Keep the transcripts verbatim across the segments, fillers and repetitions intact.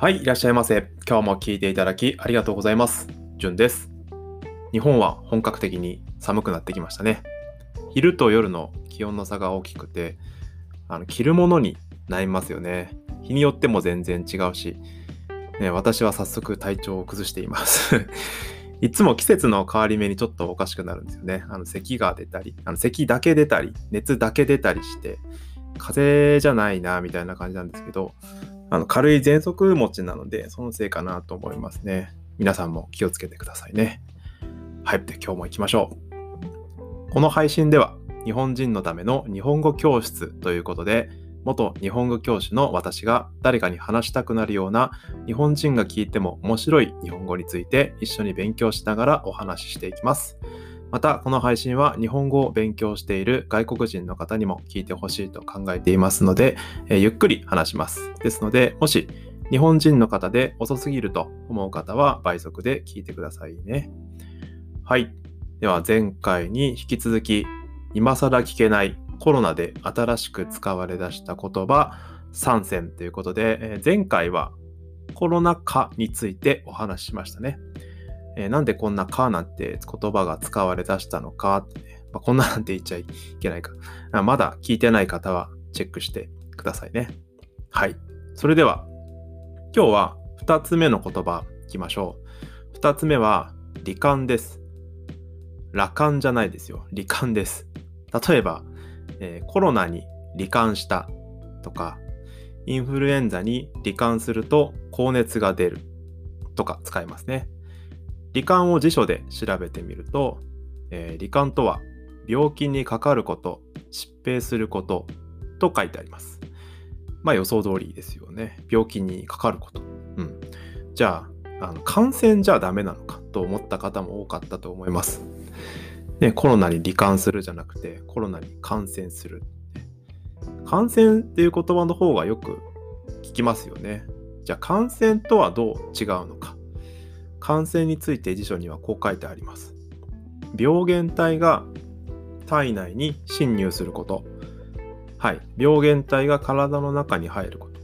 はい、いらっしゃいませ。今日も聞いていただきありがとうございます。じゅんです。日本は本格的に寒くなってきましたね。昼と夜の気温の差が大きくて、あの着るものに悩みますよね。日によっても全然違うし、ね、私は早速体調を崩しています。いつも季節の変わり目にちょっとおかしくなるんですよね。あの咳が出たり、あの咳だけ出たり、熱だけ出たりして、風邪じゃないなみたいな感じなんですけど、あの軽い喘息持ちなので、そのせいかなと思いますね。皆さんも気をつけてくださいね。はい、で今日も行きましょう。この配信では、日本人のための日本語教室ということで、元日本語教師の私が誰かに話したくなるような日本人が聞いても面白い日本語について一緒に勉強しながらお話ししていきます。またこの配信は日本語を勉強している外国人の方にも聞いてほしいと考えていますので、えー、ゆっくり話します。ですので、もし日本人の方で遅すぎると思う方は倍速で聞いてくださいね。はい。では前回に引き続き、今更聞けないコロナで新しく使われ出した言葉さんせんということで、えー、前回はコロナ禍についてお話ししましたね。えー、なんでこんなかなんて言葉が使われ出したのかって、ね、まあ、こんななんて言っちゃいけないか。まだ聞いてない方はチェックしてくださいね。はい。それでは、今日はふたつめの言葉いきましょう。ふたつめは、罹患です。羅漢じゃないですよ。罹患です。例えば、えー、コロナに罹患したとか、インフルエンザに罹患すると高熱が出るとか使いますね。罹患を辞書で調べてみると、えー、罹患とは病気にかかること、疾病することと書いてあります。まあ予想通りですよね。病気にかかること。うん。じゃあ、あの感染じゃダメなのかと思った方も多かったと思います。ね、コロナに罹患するじゃなくて、コロナに感染する。感染っていう言葉の方がよく聞きますよね。じゃあ感染とはどう違うのか。感染について辞書にはこう書いてあります。病原体が体内に侵入すること。はい。病原体が体の中に入ること。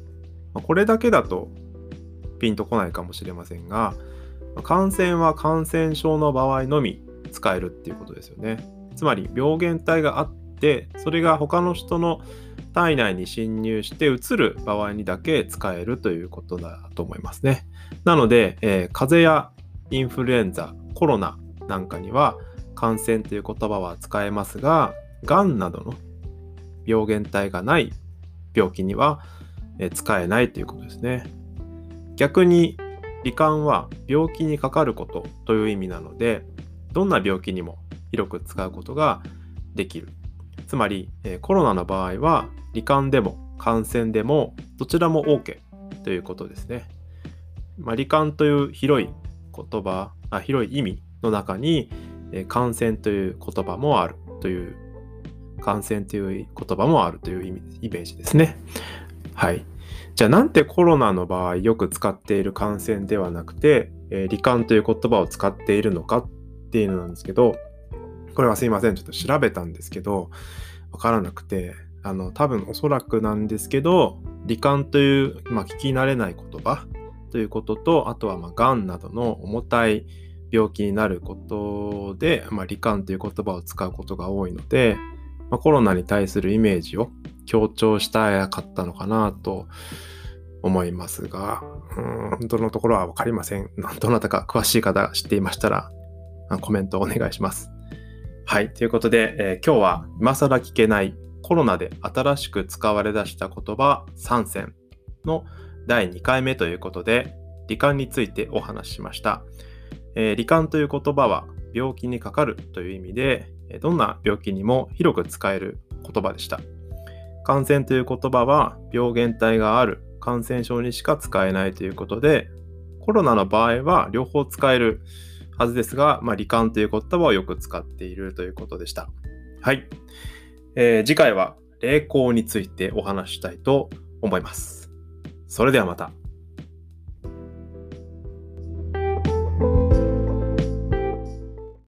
これだけだとピンとこないかもしれませんが、感染は感染症の場合のみ使えるっていうことですよね。つまり病原体があって、それが他の人の体内に侵入してうつる場合にだけ使えるということだと思いますね。なので、えー、風邪やインフルエンザ、コロナなんかには感染という言葉は使えますが、がんなどの病原体がない病気には、えー、使えないということですね。逆に罹患は病気にかかることという意味なので、どんな病気にも広く使うことができる。つまり、えー、コロナの場合は罹患でも感染でもどちらも OK ということですね。まあ、罹患という広い言葉、あ、広い意味の中に、えー、感染という言葉もあるという、感染という言葉もあるというイメージですね。はい。じゃあなんてコロナの場合よく使っている感染ではなくて、えー、罹患という言葉を使っているのかっていうのなんですけど、これはすいません。ちょっと調べたんですけど、わからなくて、あの、多分おそらくなんですけど、罹患という、まあ、聞き慣れない言葉ということと、あとは、まあ、がんなどの重たい病気になることで、まあ、罹患という言葉を使うことが多いので、まあ、コロナに対するイメージを強調したかったのかなと思いますが、うーん、どのところはわかりません。どなたか詳しい方が知っていましたら、コメントをお願いします。はい。ということで、えー、今日は今更聞けないコロナで新しく使われ出した言葉さんせんのだいにかいめということで、罹患についてお話ししました。えー、罹患という言葉は病気にかかるという意味で、どんな病気にも広く使える言葉でした。感染という言葉は病原体がある感染症にしか使えないということで、コロナの場合は両方使えるはずですが、まあ、罹患という言葉をよく使っているということでした。はい、えー、次回は霊行についてお話したいと思います。それではまた。